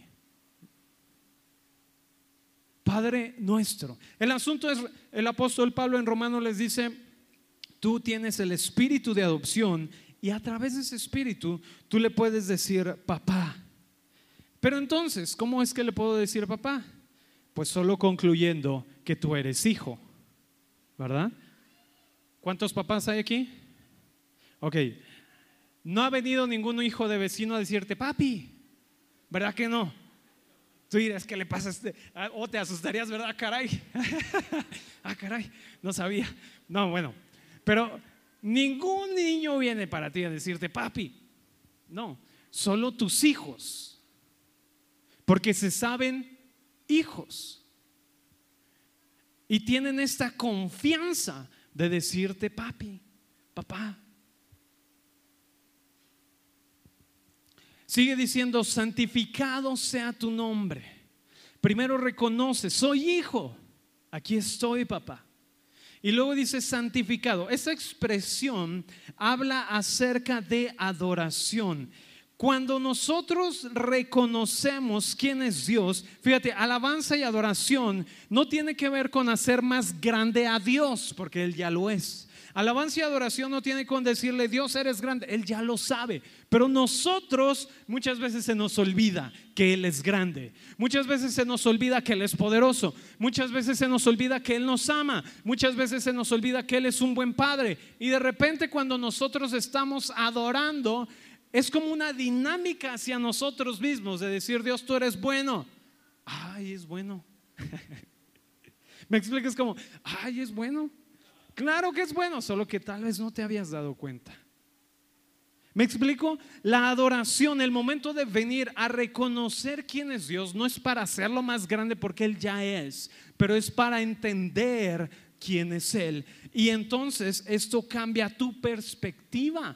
Padre nuestro. El asunto es, el apóstol Pablo en Romanos les dice, tú tienes el espíritu de adopción y a través de ese espíritu tú le puedes decir papá. Pero entonces, ¿cómo es que le puedo decir papá? Pues solo concluyendo que tú eres hijo, ¿verdad? ¿Cuántos papás hay aquí? Ok, no ha venido ningún hijo de vecino a decirte papi, ¿verdad que no? Tú dirás, ¿qué le pasa a este? O te asustarías, ¿verdad? Caray. Caray, no sabía. No, bueno, pero ningún niño viene para ti a decirte papi. No, solo tus hijos, porque se saben hijos y tienen esta confianza de decirte papi, papá. Sigue diciendo, santificado sea tu nombre. Primero reconoce, soy hijo, aquí estoy papá. Y luego dice santificado. Esa expresión habla acerca de adoración. Cuando nosotros reconocemos quién es Dios, fíjate, alabanza y adoración no tiene que ver con hacer más grande a Dios, porque Él ya lo es. Alabanza y adoración no tiene con decirle, Dios eres grande, Él ya lo sabe. Pero nosotros muchas veces se nos olvida que Él es grande. Muchas veces se nos olvida que Él es poderoso. Muchas veces se nos olvida que Él nos ama. Muchas veces se nos olvida que Él es un buen Padre. Y de repente cuando nosotros estamos adorando, es como una dinámica hacia nosotros mismos de decir, Dios, tú eres bueno. Ay, es bueno. ¿Me explicas? Como, ay, es bueno. Claro que es bueno, solo que tal vez no te habías dado cuenta. ¿Me explico? La adoración, el momento de venir a reconocer quién es Dios, no es para hacerlo más grande porque Él ya es, pero es para entender quién es Él. Y entonces esto cambia tu perspectiva.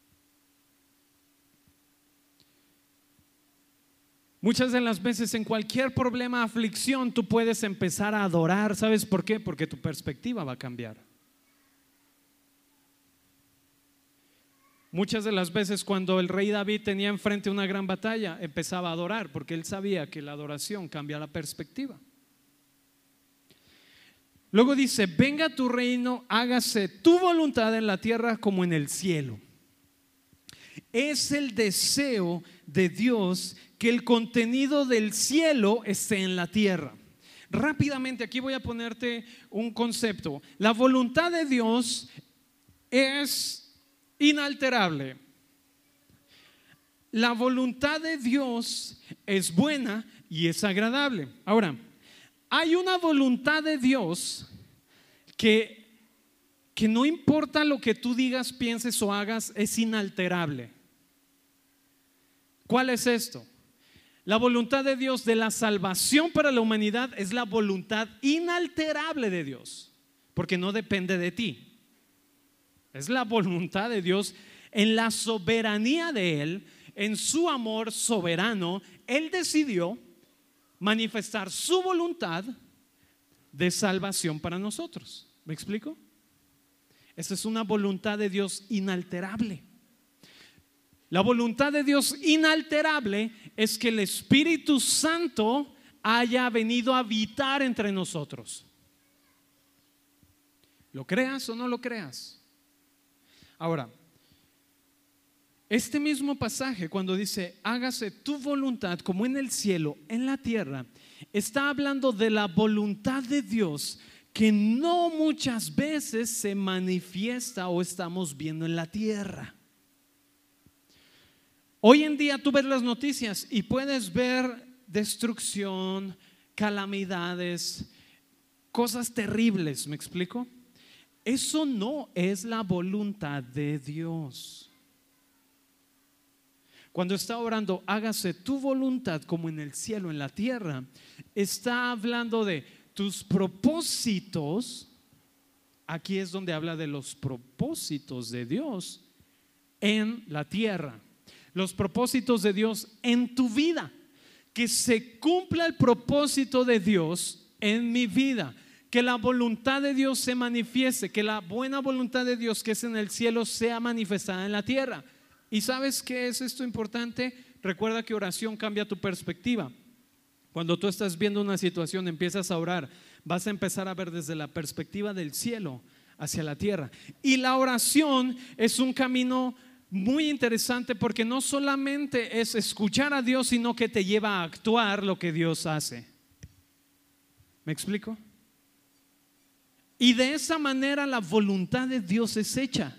Muchas de las veces en cualquier problema, aflicción, tú puedes empezar a adorar. ¿Sabes por qué? Porque tu perspectiva va a cambiar. Muchas de las veces cuando el rey David tenía enfrente una gran batalla, empezaba a adorar porque él sabía que la adoración cambia la perspectiva. Luego dice, venga tu reino, hágase tu voluntad en la tierra como en el cielo. Es el deseo de Dios que el contenido del cielo esté en la tierra. Rápidamente, aquí voy a ponerte un concepto. La voluntad de Dios es inalterable. La voluntad de Dios es buena y es agradable. Ahora, hay una voluntad de Dios que no importa lo que tú digas, pienses o hagas, es inalterable. ¿Cuál es esto? La voluntad de Dios de la salvación para la humanidad es la voluntad inalterable de Dios, porque no depende de ti. Es la voluntad de Dios en la soberanía de Él, en su amor soberano. Él decidió manifestar su voluntad de salvación para nosotros. ¿Me explico? Esa es una voluntad de Dios inalterable. La voluntad de Dios inalterable es que el Espíritu Santo haya venido a habitar entre nosotros. ¿Lo creas o no lo creas? Ahora, este mismo pasaje cuando dice hágase tu voluntad como en el cielo, en la tierra, está hablando de la voluntad de Dios que no muchas veces se manifiesta o estamos viendo en la tierra. Hoy en día tú ves las noticias y puedes ver destrucción, calamidades, cosas terribles, ¿me explico? Eso no es la voluntad de Dios. Cuando está orando, hágase tu voluntad como en el cielo, en la tierra, está hablando de tus propósitos. Aquí es donde habla de los propósitos de Dios en la tierra. Los propósitos de Dios en tu vida. Que se cumpla el propósito de Dios en mi vida. Que la voluntad de Dios se manifieste. Que la buena voluntad de Dios que es en el cielo sea manifestada en la tierra. ¿Y sabes qué es esto importante? Recuerda que oración cambia tu perspectiva. Cuando tú estás viendo una situación, empiezas a orar, vas a empezar a ver desde la perspectiva del cielo hacia la tierra. Y la oración es un camino muy interesante porque no solamente es escuchar a Dios, sino que te lleva a actuar lo que Dios hace. ¿Me explico? Y de esa manera la voluntad de Dios es hecha.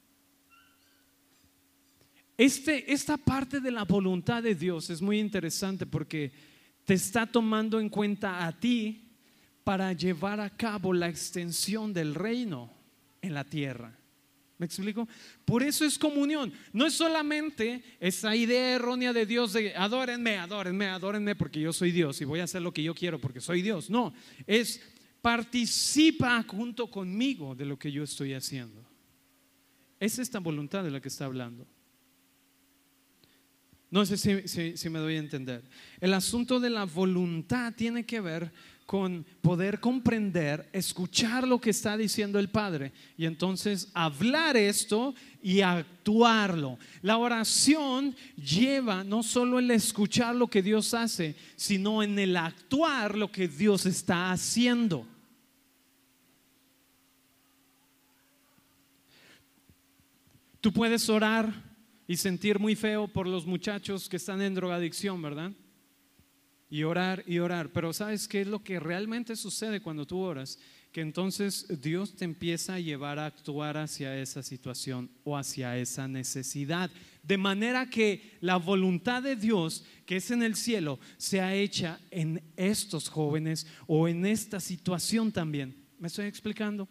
Esta parte de la voluntad de Dios es muy interesante porque te está tomando en cuenta a ti para llevar a cabo la extensión del reino en la tierra. ¿Me explico? Por eso es comunión. No es solamente esa idea errónea de Dios de adórenme, adórenme, adórenme porque yo soy Dios y voy a hacer lo que yo quiero porque soy Dios. No, es participa junto conmigo de lo que yo estoy haciendo. Es esta voluntad de la que está hablando. No sé si me doy a entender. El asunto de la voluntad tiene que ver con poder comprender, escuchar lo que está diciendo el Padre y entonces hablar esto y actuarlo. La oración lleva no solo el escuchar lo que Dios hace, sino en el actuar lo que Dios está haciendo. Tú puedes orar y sentir muy feo por los muchachos que están en drogadicción, ¿verdad? Y orar, pero ¿sabes qué es lo que realmente sucede cuando tú oras? Que entonces Dios te empieza a llevar a actuar hacia esa situación o hacia esa necesidad, de manera que la voluntad de Dios que es en el cielo sea hecha en estos jóvenes o en esta situación también. ¿Me estoy explicando?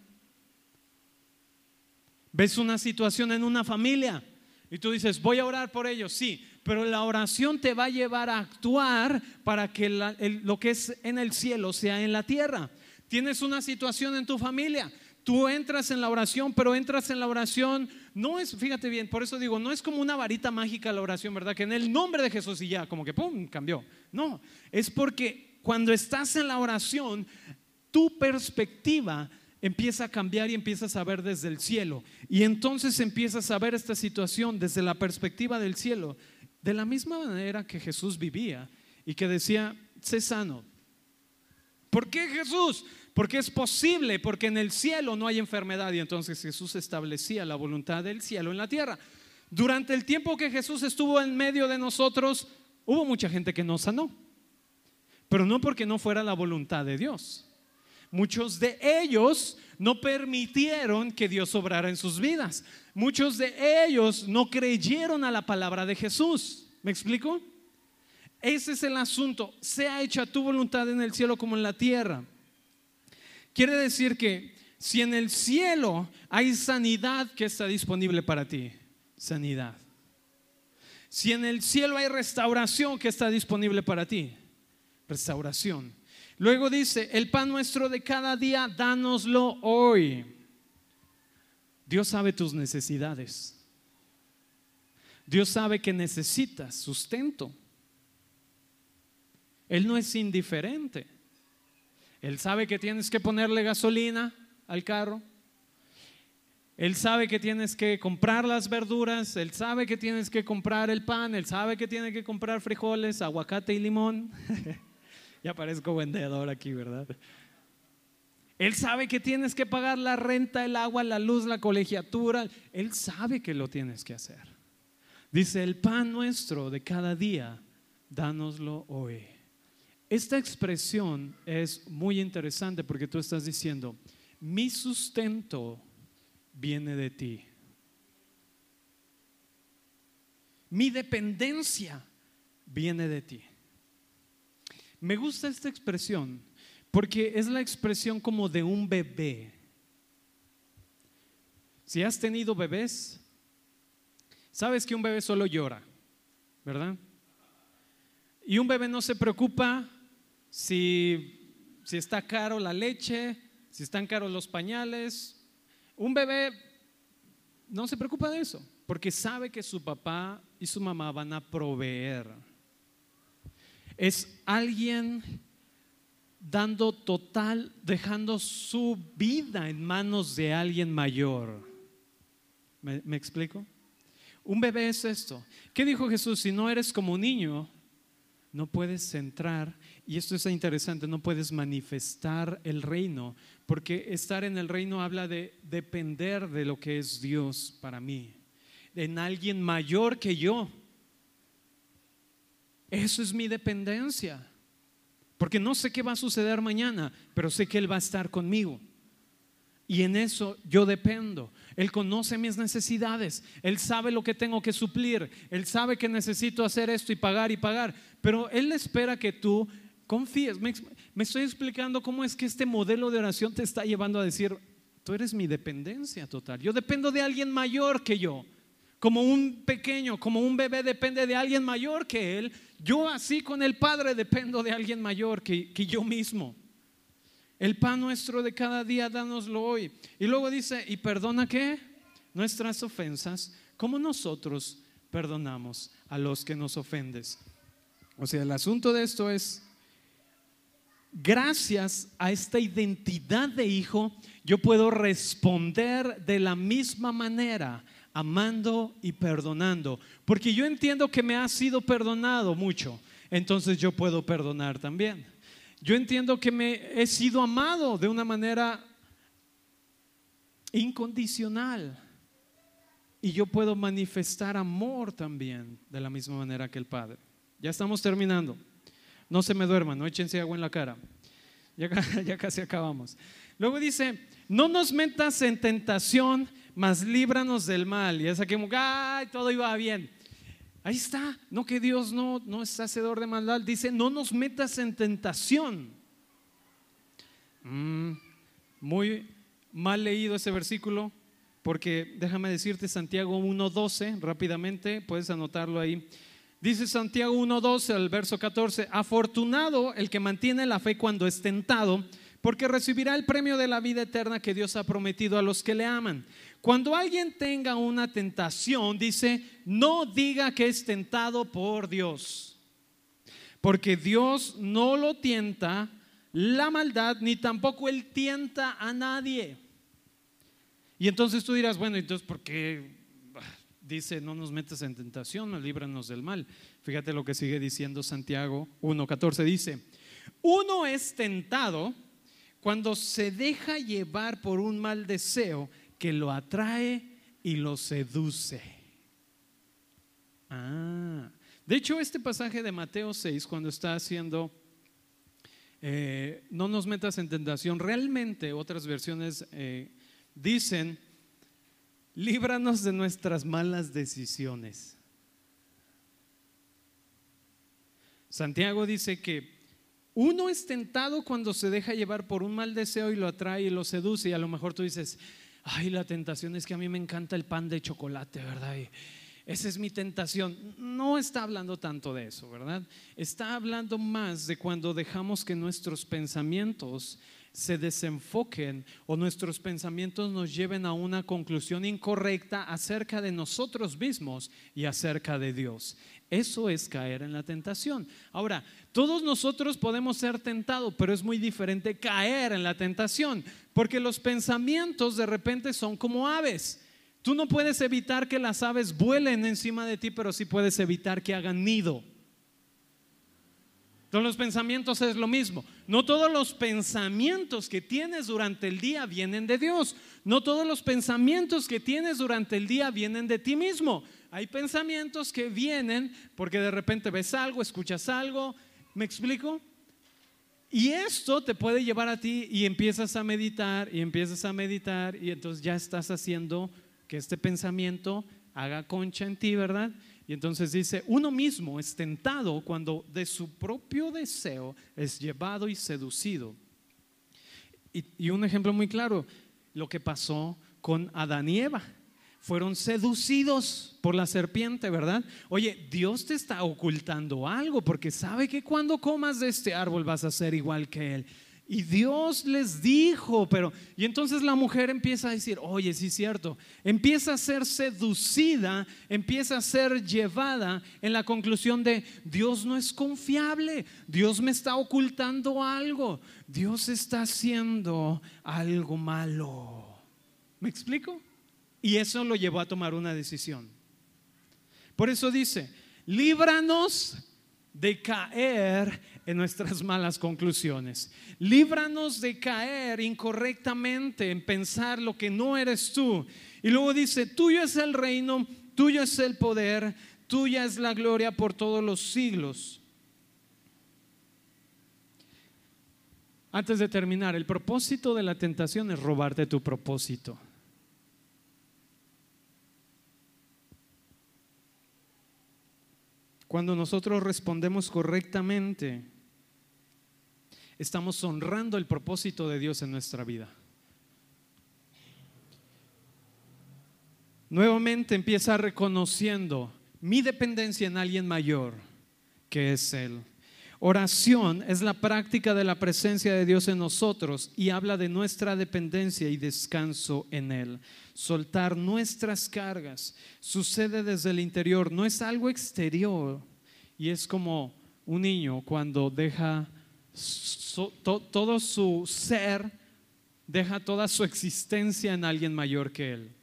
¿Ves una situación en una familia? Y tú dices, voy a orar por ellos, sí, pero la oración te va a llevar a actuar para que lo que es en el cielo sea en la tierra. Tienes una situación en tu familia, tú entras en la oración, pero entras en la oración, no es, fíjate bien, por eso digo, no es como una varita mágica la oración, ¿verdad? Que en el nombre de Jesús y ya, como que pum, cambió. No, es porque cuando estás en la oración, tu perspectiva empieza a cambiar y empiezas a ver desde el cielo. Y entonces empiezas a ver esta situación desde la perspectiva del cielo, de la misma manera que Jesús vivía y que decía, sé sano. ¿Por qué, Jesús? Porque es posible, porque en el cielo no hay enfermedad. Y entonces Jesús establecía la voluntad del cielo en la tierra. Durante el tiempo que Jesús estuvo en medio de nosotros, hubo mucha gente que no sanó, pero no porque no fuera la voluntad de Dios. Muchos de ellos no permitieron que Dios obrara en sus vidas. Muchos de ellos no creyeron a la palabra de Jesús. ¿Me explico? Ese es el asunto. Sea hecha tu voluntad en el cielo como en la tierra. Quiere decir que si en el cielo hay sanidad, ¿qué está disponible para ti? Sanidad. Si en el cielo hay restauración, ¿qué está disponible para ti? Restauración. Luego dice, el pan nuestro de cada día, dánoslo hoy. Dios sabe tus necesidades. Dios sabe que necesitas sustento. Él no es indiferente. Él sabe que tienes que ponerle gasolina al carro. Él sabe que tienes que comprar las verduras. Él sabe que tienes que comprar el pan. Él sabe que tiene que comprar frijoles, aguacate y limón. Ya parezco vendedor aquí, ¿verdad? Él sabe que tienes que pagar la renta, el agua, la luz, la colegiatura. Él sabe que lo tienes que hacer. Dice, el pan nuestro de cada día, dánoslo hoy. Esta expresión es muy interesante porque tú estás diciendo, mi sustento viene de ti. Mi dependencia viene de ti. Me gusta esta expresión porque es la expresión como de un bebé. Si has tenido bebés, sabes que un bebé solo llora, ¿verdad? Y un bebé no se preocupa si está caro la leche, si están caros los pañales. Un bebé no se preocupa de eso porque sabe que su papá y su mamá van a proveer. Es alguien dejando su vida en manos de alguien mayor. ¿Me explico? Un bebé es esto. ¿Qué dijo Jesús? Si no eres como un niño, no puedes entrar. Y esto es interesante, no puedes manifestar el reino, porque estar en el reino habla de depender de lo que es Dios para mí, en alguien mayor que yo. Eso es mi dependencia, porque no sé qué va a suceder mañana, pero sé que Él va a estar conmigo. Y en eso yo dependo. Él conoce mis necesidades. Él sabe lo que tengo que suplir. Él sabe que necesito hacer esto y pagar. Pero Él espera que tú confíes. Me estoy explicando cómo es que este modelo de oración te está llevando a decir, tú eres mi dependencia total. Yo dependo de alguien mayor que yo. Como un pequeño, como un bebé depende de alguien mayor que él. Yo así con el Padre dependo de alguien mayor que yo mismo. El pan nuestro de cada día, dánoslo hoy. Y luego dice, ¿y perdona qué? Nuestras ofensas, como nosotros perdonamos a los que nos ofendes. O sea, el asunto de esto es, gracias a esta identidad de hijo, yo puedo responder de la misma manera, amando y perdonando, porque yo entiendo que me ha sido perdonado mucho, entonces yo puedo perdonar también. Yo entiendo que me he sido amado de una manera incondicional y yo puedo manifestar amor también de la misma manera que el Padre. Ya estamos terminando. No se me duerman, no échense agua en la cara. Ya casi acabamos. Luego dice: no nos metas en tentación, mas líbranos del mal. Y es aquí, ¡ay! Todo iba bien. Ahí está. No, que Dios no es hacedor de maldad. Dice: no nos metas en tentación. Muy mal leído ese versículo, porque déjame decirte Santiago 1:12 rápidamente, puedes anotarlo ahí. Dice Santiago 1:12 al verso 14: afortunado el que mantiene la fe cuando es tentado, porque recibirá el premio de la vida eterna que Dios ha prometido a los que le aman. Cuando alguien tenga una tentación, dice, no diga que es tentado por Dios, porque Dios no lo tienta la maldad, ni tampoco Él tienta a nadie. Y entonces tú dirás, bueno, entonces ¿por qué dice no nos metas en tentación, líbranos del mal? Fíjate lo que sigue diciendo Santiago 1:14. Dice: uno es tentado cuando se deja llevar por un mal deseo que lo atrae y lo seduce. De hecho, este pasaje de Mateo 6, cuando está haciendo no nos metas en tentación, realmente otras versiones dicen: líbranos de nuestras malas decisiones. Santiago dice que uno es tentado cuando se deja llevar por un mal deseo y lo atrae y lo seduce. Y a lo mejor tú dices: ay, la tentación es que a mí me encanta el pan de chocolate, ¿verdad? Y esa es mi tentación. No está hablando tanto de eso, ¿verdad? Está hablando más de cuando dejamos que nuestros pensamientos se desenfoquen o nuestros pensamientos nos lleven a una conclusión incorrecta acerca de nosotros mismos y acerca de Dios. Eso es caer en la tentación. Ahora, todos nosotros podemos ser tentados, pero es muy diferente caer en la tentación, porque los pensamientos de repente son como aves. Tú no puedes evitar que las aves vuelen encima de ti, pero sí puedes evitar que hagan nido. Con los pensamientos es lo mismo. No todos los pensamientos que tienes durante el día vienen de Dios. No todos los pensamientos que tienes durante el día vienen de ti mismo. Hay pensamientos que vienen porque de repente ves algo, escuchas algo. ¿Me explico? Y esto te puede llevar a ti y empiezas a meditar y empiezas a meditar y entonces ya estás haciendo que este pensamiento haga concha en ti, ¿verdad? Y entonces dice, uno mismo es tentado cuando de su propio deseo es llevado y seducido. Y un ejemplo muy claro, lo que pasó con Adán y Eva. Fueron seducidos por la serpiente, ¿verdad? Oye, Dios te está ocultando algo, porque sabe que cuando comas de este árbol vas a ser igual que Él. Y Dios les dijo, y entonces la mujer empieza a decir, oye, sí es cierto, empieza a ser seducida, empieza a ser llevada en la conclusión de Dios no es confiable, Dios me está ocultando algo, Dios está haciendo algo malo. ¿Me explico? Y eso lo llevó a tomar una decisión. Por eso dice, líbranos de caer en nuestras malas conclusiones. Líbranos de caer incorrectamente en pensar lo que no eres tú. Y luego dice, tuyo es el reino, tuyo es el poder, tuya es la gloria por todos los siglos. Antes de terminar, el propósito de la tentación es robarte tu propósito. Cuando nosotros respondemos correctamente, estamos honrando el propósito de Dios en nuestra vida. Nuevamente empieza reconociendo mi dependencia en alguien mayor, que es Él. Oración es la práctica de la presencia de Dios en nosotros y habla de nuestra dependencia y descanso en Él. Soltar nuestras cargas sucede desde el interior, no es algo exterior. Y es como un niño cuando deja todo su ser, deja toda su existencia en alguien mayor que él.